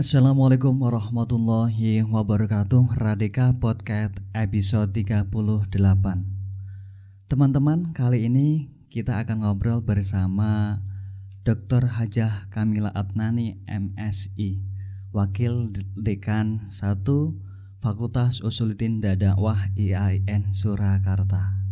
Assalamualaikum warahmatullahi wabarakatuh. Radika Podcast episode 38. Teman-teman, kali ini kita akan ngobrol bersama Dr. Hajah Kamila Adnani MSI, Wakil Dekan 1 Fakultas Usuluddin Dakwah IAIN Surakarta.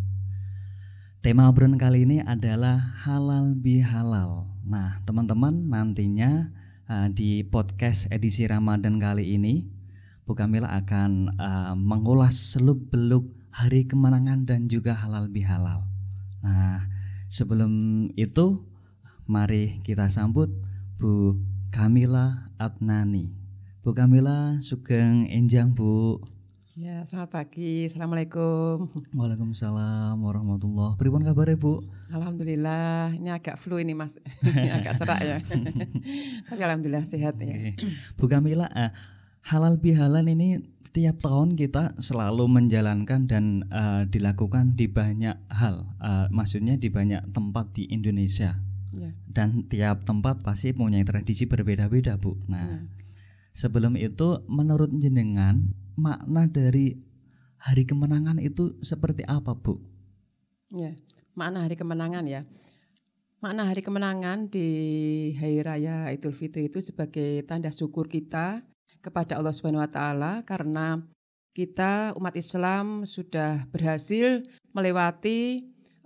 Tema obrolan kali ini adalah halal bihalal. Nah, teman-teman, nantinya di podcast edisi Ramadan kali ini Bu Kamila akan mengulas seluk-beluk hari kemenangan dan juga halal bihalal. Nah, sebelum itu mari kita sambut Bu Kamila Adnani. Bu Kamila, sugeng enjang Bu. Ya, selamat pagi. Assalamualaikum. Waalaikumsalam warahmatullahi. Pripun kabare Bu? Alhamdulillah, ini agak flu ini Mas. Agak serak ya. Tapi alhamdulillah sehat ya. Bu Kamila, halal bihalal ini tiap tahun kita selalu menjalankan dan dilakukan di banyak hal. Maksudnya di banyak tempat di Indonesia. Ya. Dan tiap tempat pasti punya tradisi berbeda-beda, Bu. Nah, sebelum itu menurut jenengan makna dari hari kemenangan itu seperti apa, Bu? Ya, makna hari kemenangan ya. Makna hari kemenangan di Hari Raya Idul Fitri itu sebagai tanda syukur kita kepada Allah Subhanahu wa taala karena kita umat Islam sudah berhasil melewati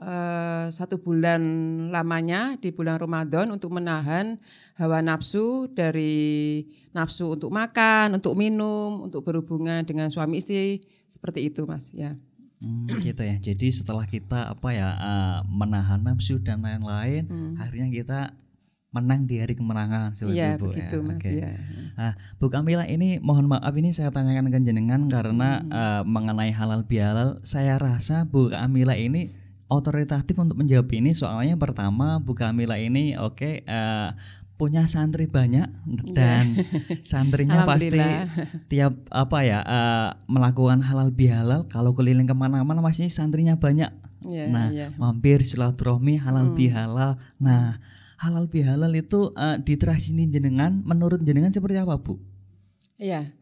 1 bulan lamanya di bulan Ramadan untuk menahan hawa nafsu, dari nafsu untuk makan, untuk minum, untuk berhubungan dengan suami istri, seperti itu Mas ya. Gitu ya. Jadi setelah kita menahan nafsu dan lain-lain, akhirnya kita menang di hari kemenangan seperti Iya, Bu begitu ya. Mas ya. Nah, Bu Kamila, ini mohon maaf ini saya tanyakan ke jenengan karena mengenai halal bihalal, saya rasa Bu Kamila ini otoritatif untuk menjawab ini. Soalnya pertama, Bu Kamila ini punya santri banyak dan santrinya pasti tiap melakukan halal bihalal, kalau keliling kemana-mana masih santrinya banyak. Mampir silaturahmi halal bihalal. Nah, halal bihalal itu di tradisi jenengan, menurut jenengan seperti apa, Bu? Iya,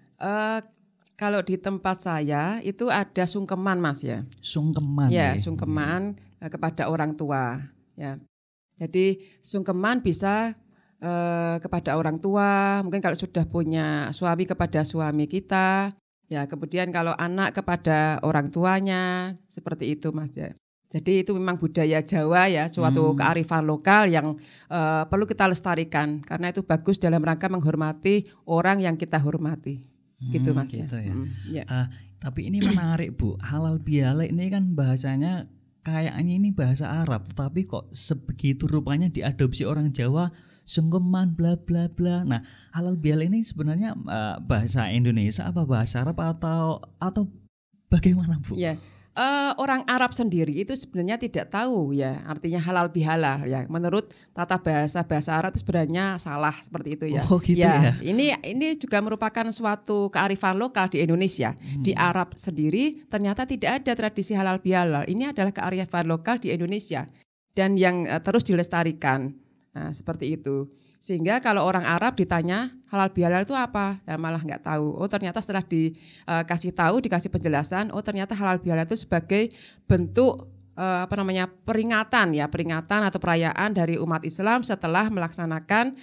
kalau di tempat saya itu ada sungkeman Mas ya. Sungkeman. Ya, sungkeman kepada orang tua. Ya, jadi sungkeman bisa kepada orang tua, mungkin kalau sudah punya suami kepada suami kita, ya kemudian kalau anak kepada orang tuanya, seperti itu Mas ya. Jadi itu memang budaya Jawa ya, suatu kearifan lokal yang perlu kita lestarikan karena itu bagus dalam rangka menghormati orang yang kita hormati, gitu Mas gitu ya. Ya. Tapi ini menarik Bu, halal bihalal ini kan bahasanya kayaknya ini bahasa Arab, tapi kok sebegitu rupanya diadopsi orang Jawa. Sungkeman bla bla bla. Nah, halal bihalal ini sebenarnya bahasa Indonesia apa bahasa Arab atau bagaimana Bu? Ya, orang Arab sendiri itu sebenarnya tidak tahu ya artinya halal bihalal ya. Menurut tata bahasa Arab itu sebenarnya salah seperti itu ya. Oh, gitu ya. Ini juga merupakan suatu kearifan lokal di Indonesia. Di Arab sendiri ternyata tidak ada tradisi halal bihalal. Ini adalah kearifan lokal di Indonesia dan yang terus dilestarikan. Nah, seperti itu. Sehingga kalau orang Arab ditanya halal bihalal itu apa? Ya malah nggak tahu. Oh, ternyata setelah dikasih penjelasan, oh ternyata halal bihalal itu sebagai bentuk peringatan atau perayaan dari umat Islam setelah melaksanakan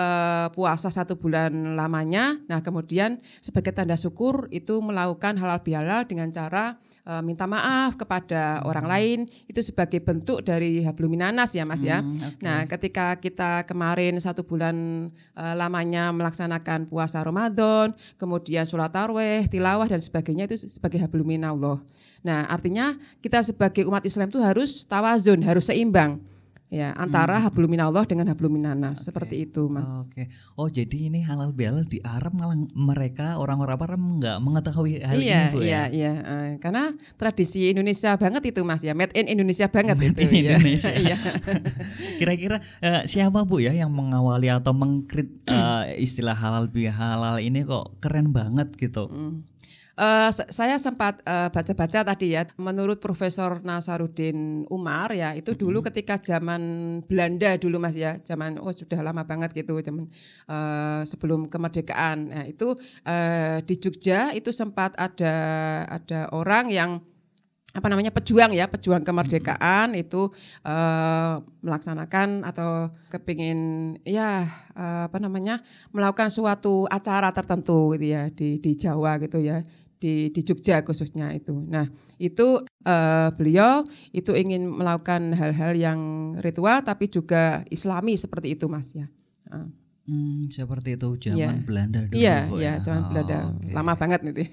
puasa 1 bulan lamanya. Nah, kemudian sebagai tanda syukur itu melakukan halal bihalal dengan cara minta maaf kepada orang lain, itu sebagai bentuk dari habluminanas ya Mas ya. Nah, ketika kita kemarin 1 bulan lamanya melaksanakan puasa Ramadan, kemudian sholat tarawih, tilawah dan sebagainya, itu sebagai habluminallah. Nah, artinya kita sebagai umat Islam itu harus tawazun, harus seimbang ya antara habluminallah dengan habluminanas. Seperti itu Mas. Oh, jadi ini halal bihalal di Arab malah mereka orang-orang Arab nggak mengetahui hal ini Bu ya? Iya. Karena tradisi Indonesia banget itu Mas ya, made in Indonesia banget made itu. in Indonesia. Iya. Kira-kira siapa Bu ya yang mengawali atau mengkrit istilah halal bihalal ini kok keren banget gitu? Saya sempat baca-baca tadi ya, menurut Profesor Nasaruddin Umar ya, itu dulu ketika zaman Belanda dulu Mas ya, zaman sudah lama banget gitu, zaman sebelum kemerdekaan. Nah, itu di Jogja itu sempat ada orang yang pejuang kemerdekaan itu melaksanakan atau kepingin melakukan suatu acara tertentu gitu ya di Jawa gitu ya, di Jogja khususnya itu. Nah itu beliau itu ingin melakukan hal-hal yang ritual tapi juga Islami seperti itu Mas ya. Seperti itu zaman Belanda dulu. Iya, zaman Belanda. Okay. Lama banget nih.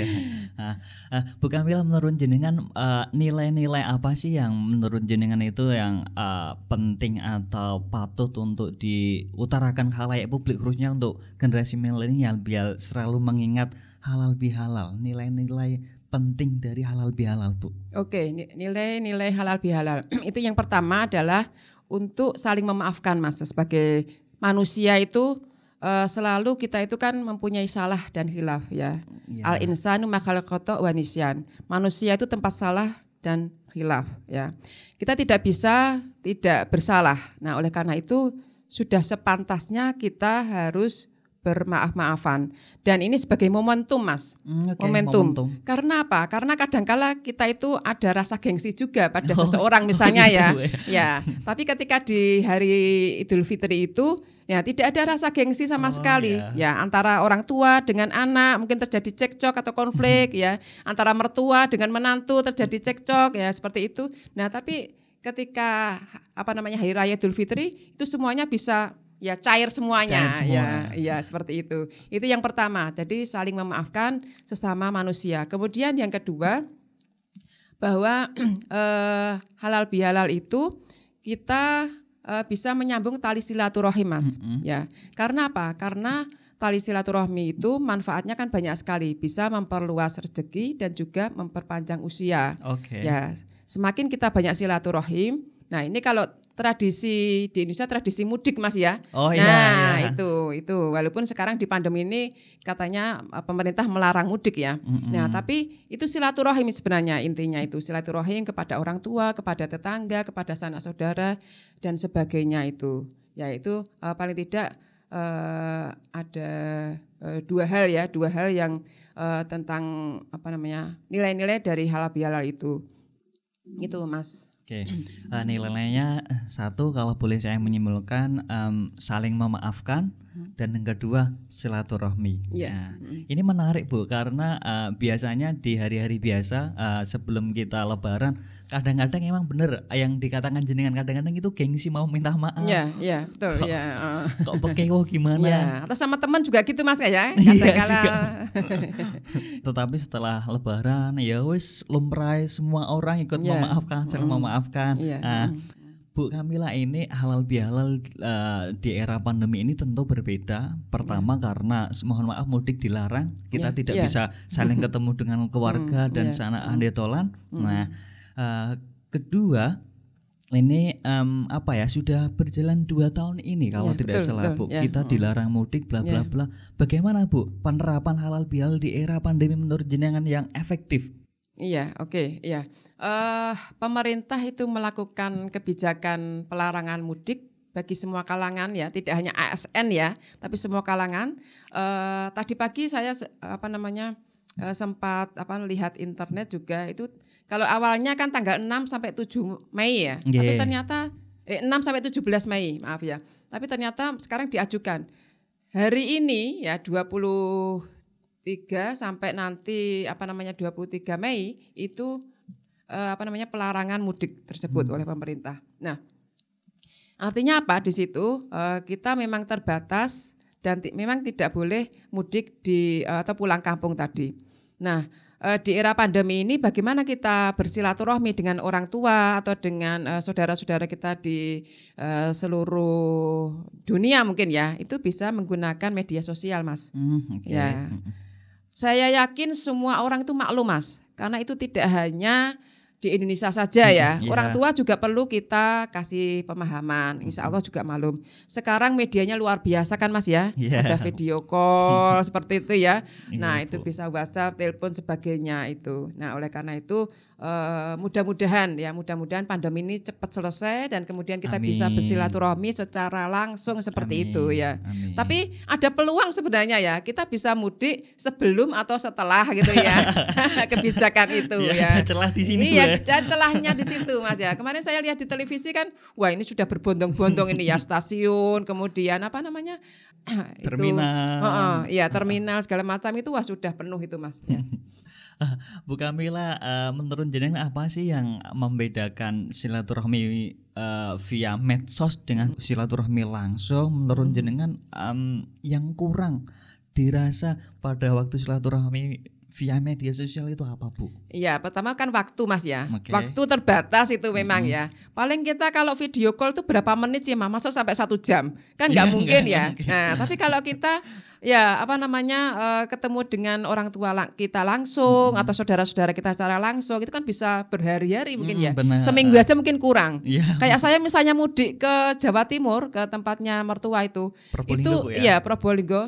Bu Kamila, menurut jenengan nilai-nilai apa sih yang menurut jenengan itu yang penting atau patut untuk diutarakan khalayak publik, khususnya untuk generasi milenial biar selalu mengingat halal bihalal, nilai-nilai penting dari halal bihalal, Bu? Oke, nilai-nilai halal bihalal itu yang pertama adalah untuk saling memaafkan Mas. Sebagai manusia itu selalu kita itu kan mempunyai salah dan khilaf ya. Al insanu makhluk khata' wa nisyan. Manusia itu tempat salah dan khilaf ya. Kita tidak bisa tidak bersalah. Nah, oleh karena itu sudah sepantasnya kita harus bermaaf-maafan. Dan ini sebagai momentum Mas. Momentum. Karena apa? Karena kadangkala kita itu ada rasa gengsi juga pada seseorang misalnya ya. Ya, tapi ketika di hari Idul Fitri itu ya tidak ada rasa gengsi sama sekali. Ya, antara orang tua dengan anak mungkin terjadi cekcok atau konflik ya. Antara mertua dengan menantu terjadi cekcok ya, seperti itu. Nah, tapi ketika Hari Raya Idul Fitri itu semuanya bisa ya cair semuanya. Ya seperti itu. Itu yang pertama. Jadi saling memaafkan sesama manusia. Kemudian yang kedua, bahwa halal bihalal itu kita bisa menyambung tali silaturahim Mas. Ya. Karena apa? Karena tali silaturahmi itu manfaatnya kan banyak sekali, bisa memperluas rezeki dan juga memperpanjang usia. Ya, semakin kita banyak silaturahim. Nah, ini kalau tradisi di Indonesia tradisi mudik Mas ya. Itu walaupun sekarang di pandemi ini katanya pemerintah melarang mudik ya. Nah, tapi itu silaturahim sebenarnya, intinya itu silaturahim kepada orang tua, kepada tetangga, kepada sanak saudara dan sebagainya itu. Yaitu paling tidak ada dua hal yang tentang nilai-nilai dari halal bihalal itu. Itu Mas. Oke, nilainya satu kalau boleh saya menyimpulkan saling memaafkan dan yang kedua silaturahmi. Ini menarik Bu, karena biasanya di hari-hari biasa sebelum kita lebaran kadang-kadang emang bener yang dikatakan jenengan, kadang-kadang itu gengsi mau minta maaf. Iya betul. Kok pekewo gimana? Ya, atau sama teman juga gitu Mas ya. Tetapi setelah lebaran ya wis lumrah semua orang ikut memaafkan, saling memaafkan. Bu Kamila, ini halal bihalal di era pandemi ini tentu berbeda. Pertama karena mohon maaf mudik dilarang, kita tidak bisa saling ketemu dengan keluarga dan sanak handetolan. Nah, kedua ini sudah berjalan 2 tahun ini kalau tidak salah Bu, kita dilarang mudik bla bla bla. Bagaimana Bu penerapan halal bihalal di era pandemi menurut jenengan yang efektif? Pemerintah itu melakukan kebijakan pelarangan mudik bagi semua kalangan ya, tidak hanya ASN ya, tapi semua kalangan. Tadi pagi saya sempat lihat internet juga itu. Kalau awalnya kan tanggal 6 sampai 7 Mei ya. Tapi ternyata 6 sampai 17 Mei, maaf ya. Tapi ternyata sekarang diajukan hari ini ya 23 sampai nanti 23 Mei itu pelarangan mudik tersebut oleh pemerintah. Nah, artinya apa di situ? Kita memang terbatas dan memang tidak boleh mudik atau pulang kampung tadi. Nah, di era pandemi ini bagaimana kita bersilaturahmi dengan orang tua atau dengan saudara-saudara kita di seluruh dunia mungkin ya, itu bisa menggunakan media sosial Mas. Ya. Saya yakin semua orang itu maklum Mas, karena itu tidak hanya di Indonesia saja ya. Iya. Orang tua juga perlu kita kasih pemahaman. Insya Allah juga malum. Sekarang medianya luar biasa kan Mas ya. Iya. Ada video call seperti itu ya. Iya, Nah itu Bu. bisa WhatsApp, telepon sebagainya itu. Nah oleh karena itu mudah-mudahan pandemi ini cepat selesai dan kemudian kita bisa Amin. bersilaturahmi secara langsung seperti Amin. itu ya. Amin. Tapi ada peluang sebenarnya ya, kita bisa mudik sebelum atau setelah gitu ya. Kebijakan itu Iya, ya. ada celah di sini, Bu, Iya, ya. celahnya di situ Mas ya. Kemarin saya lihat di televisi kan, wah ini sudah berbondong-bondong ini ya, stasiun, kemudian apa namanya? Terminal. Iya, terminal segala macam itu wah sudah penuh itu Mas ya. Bu Kamila, menurut jenengan apa sih yang membedakan silaturahmi via medsos dengan silaturahmi langsung? Menurut jenengan yang kurang dirasa pada waktu silaturahmi via media sosial itu apa, Bu? Iya, pertama kan waktu Mas ya. Oke. Waktu terbatas itu memang ya. Paling kita kalau video call itu berapa menit sih Mama? Masa sampai 1 jam? Kan nggak Iya, mungkin nggak ya. mungkin. Nah, tapi kalau kita ya ketemu dengan orang tua kita langsung atau saudara-saudara kita secara langsung itu kan bisa berhari-hari mungkin ya. Benar. Seminggu aja mungkin kurang. Iya. Kayak saya misalnya mudik ke Jawa Timur ke tempatnya mertua itu. Probolinggo, Itu Bu, ya? iya Probolinggo.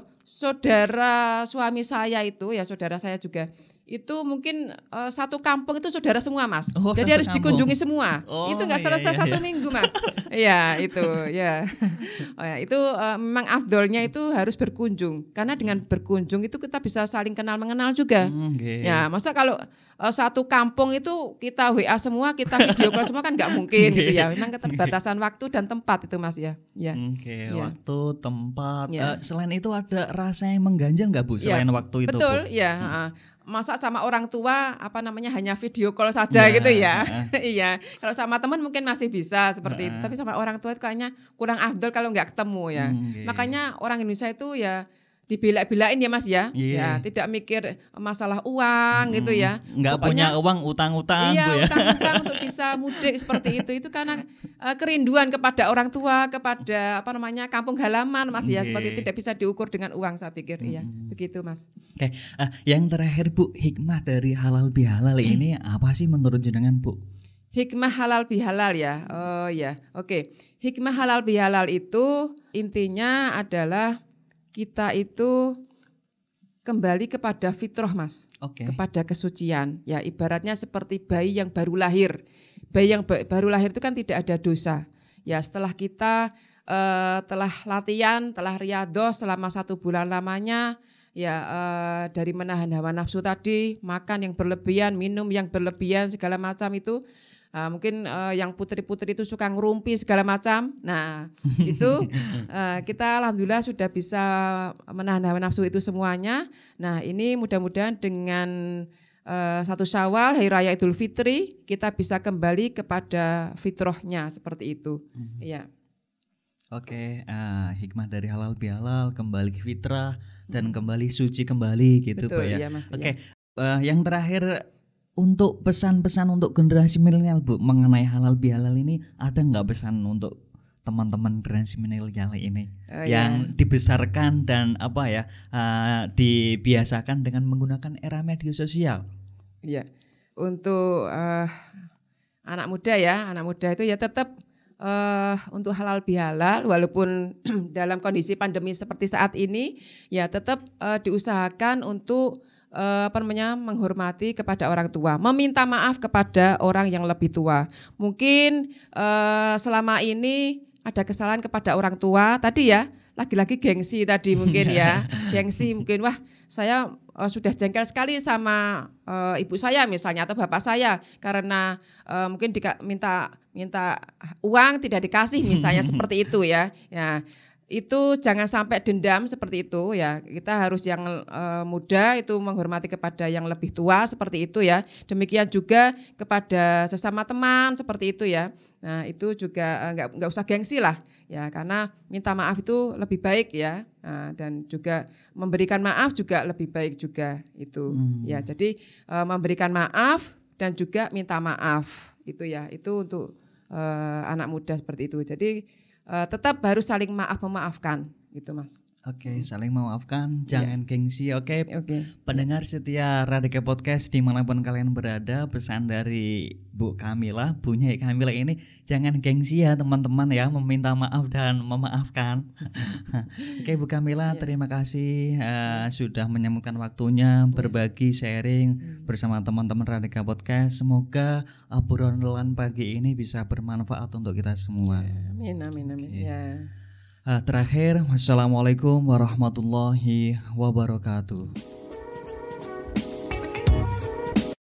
Saudara suami saya itu ya saudara saya juga itu mungkin satu kampung itu saudara semua Mas. Oh, Jadi satu harus kampung. dikunjungi semua. Oh, Itu nggak iya, selesai iya, 1 iya. minggu Mas. Iya itu ya. Oh, ya itu memang afdolnya itu harus berkunjung karena dengan berkunjung itu kita bisa saling kenal mengenal juga. Oke. Ya masa kalau satu kampung itu kita WA semua, kita video call semua kan nggak mungkin gitu ya. Memang keterbatasan waktu dan tempat itu Mas ya. Ya. Oke, Iya. waktu, tempat. Iya. Selain itu ada rasa yang mengganjal nggak, Bu? Selain waktu itu, betul, Bu? ya. Masa sama orang tua hanya video call saja Ya, gitu ya. Iya. Kalau sama teman mungkin masih bisa seperti itu, tapi sama orang tua itu kayaknya kurang afdol kalau nggak ketemu ya. Oke. Makanya orang Indonesia itu ya dibela-belain ya Mas ya. Iya. Ya, tidak mikir masalah uang gitu ya. Nggak Pokoknya, punya uang, utang-utang, iya, Bu, ya? utang-utang untuk bisa mudik seperti itu karena kerinduan kepada orang tua, kepada kampung halaman Mas ya, Oke. seperti tidak bisa diukur dengan uang saya pikir. Iya, begitu Mas. Oke, yang terakhir, Bu, hikmah dari halal bihalal ini apa sih menurut jenengan, Bu? Hikmah halal bihalal ya. Oh ya, oke. Hikmah halal bihalal itu intinya adalah kita itu kembali kepada fitrah Mas. Oke. Kepada kesucian. Ya ibaratnya seperti bayi yang baru lahir. Bayi yang baru lahir itu kan tidak ada dosa. Ya setelah kita telah latihan, telah riyadhah selama 1 bulan lamanya, ya dari menahan hawa nafsu tadi, makan yang berlebihan, minum yang berlebihan segala macam itu. Mungkin yang putri-putri itu suka ngerumpi segala macam. Nah itu kita alhamdulillah sudah bisa menahan hawa nafsu itu semuanya. Nah ini mudah-mudahan dengan 1 Syawal, Hari Raya Idul Fitri, kita bisa kembali kepada fitrahnya seperti itu. Iya. Oke, hikmah dari halal bihalal, kembali ke fitrah dan kembali suci kembali gitu, Betul, Pak ya. iya, Mas, Oke, yang terakhir untuk pesan-pesan untuk generasi milenial, Bu, mengenai halal bihalal ini ada nggak pesan untuk teman-teman generasi milenial ini yang dibesarkan dan dibiasakan dengan menggunakan era media sosial? Iya, untuk anak muda itu ya tetap untuk halal bihalal walaupun dalam kondisi pandemi seperti saat ini ya tetap diusahakan untuk menghormati kepada orang tua, meminta maaf kepada orang yang lebih tua. Mungkin selama ini ada kesalahan kepada orang tua tadi ya, lagi-lagi gengsi tadi mungkin ya, gengsi mungkin wah saya sudah jengkel sekali sama ibu saya misalnya atau bapak saya karena mungkin minta uang tidak dikasih misalnya seperti itu ya. Ya itu jangan sampai dendam seperti itu ya. Kita harus yang muda itu menghormati kepada yang lebih tua seperti itu ya. Demikian juga kepada sesama teman seperti itu ya. Nah itu juga nggak usah gengsi lah ya, karena minta maaf itu lebih baik ya. Nah, dan juga memberikan maaf juga lebih baik juga itu ya. Jadi memberikan maaf dan juga minta maaf itu ya. Itu untuk anak muda seperti itu. Jadi tetap harus saling memaafkan gitu Mas. Oke, saling memaafkan, jangan gengsi. Oke, Oke. pendengar setia Radika Podcast dimanapun kalian berada, pesan dari Bu Kamila, Bu Nyai Kamila ini, jangan gengsi ya teman-teman ya, meminta maaf dan memaafkan. Oke Bu Kamila, terima kasih sudah menyempatkan waktunya berbagi sharing bersama teman-teman Radika Podcast. Semoga obrolan pagi ini bisa bermanfaat untuk kita semua. Amin, amin, amin. Ya. Terakhir, wassalamualaikum warahmatullahi wabarakatuh.